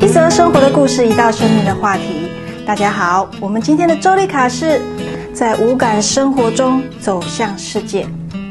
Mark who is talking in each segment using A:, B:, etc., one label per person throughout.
A: 则生活的故事，一道生命的话题。大家好，我们今天的周历卡是在无感生活中走向世界。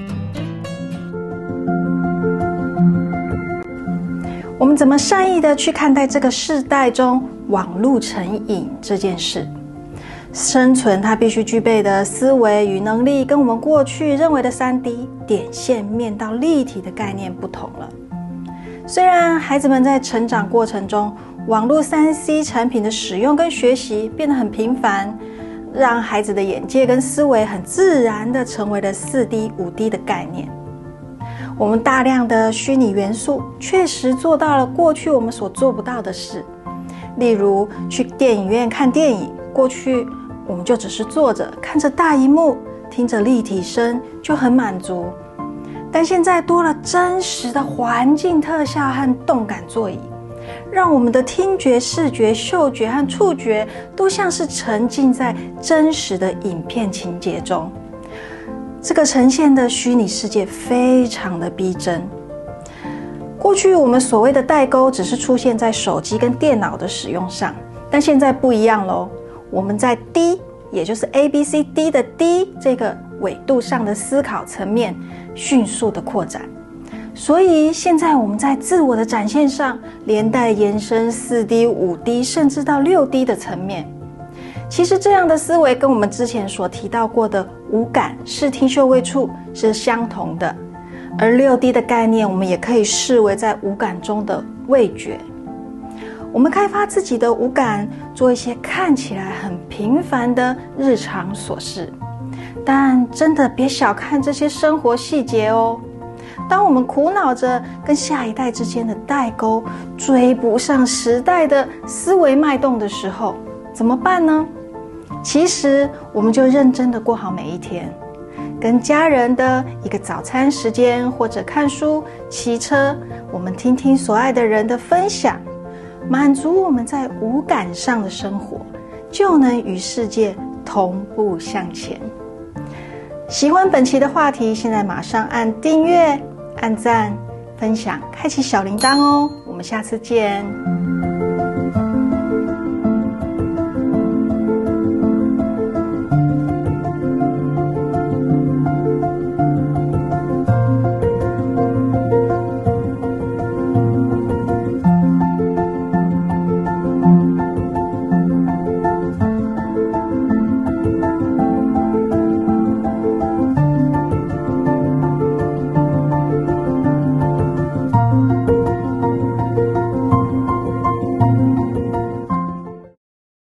A: 我们怎么善意的去看待这个世代中网络成瘾这件事？生存它必须具备的思维与能力，跟我们过去认为的3D 点线面到立体的概念不同了。虽然孩子们在成长过程中，网络3C 产品的使用跟学习变得很频繁，让孩子的眼界跟思维很自然地成为了4D、5D 的概念。我们大量的虚拟元素确实做到了过去我们所做不到的事，例如去电影院看电影，过去我们就只是坐着看着大萤幕，听着立体声就很满足，但现在多了真实的环境特效和动感座椅，让我们的听觉、视觉、嗅觉和触觉都像是沉浸在真实的影片情节中。这个呈现的虚拟世界非常的逼真。过去我们所谓的代沟只是出现在手机跟电脑的使用上，但现在不一样咯。我们在 D， 也就是 ABCD 的 D 这个纬度上的思考层面迅速的扩展。所以现在我们在自我的展现上，连带延伸 4D、5D 甚至到 6D 的层面。其实这样的思维跟我们之前所提到过的五感视听嗅味触是相同的，而 6D 的概念我们也可以视为在五感中的味觉。我们开发自己的五感，做一些看起来很平凡的日常琐事，但真的别小看这些生活细节哦。当我们苦恼着跟下一代之间的代沟，追不上时代的思维脉动的时候，怎么办呢？其实我们就认真的过好每一天，跟家人的一个早餐时间，或者看书、骑车，我们听听所爱的人的分享，满足我们在五感上的生活，就能与世界同步向前。喜欢本期的话题，现在马上按订阅、按赞、分享、开启小铃铛哦！我们下次见。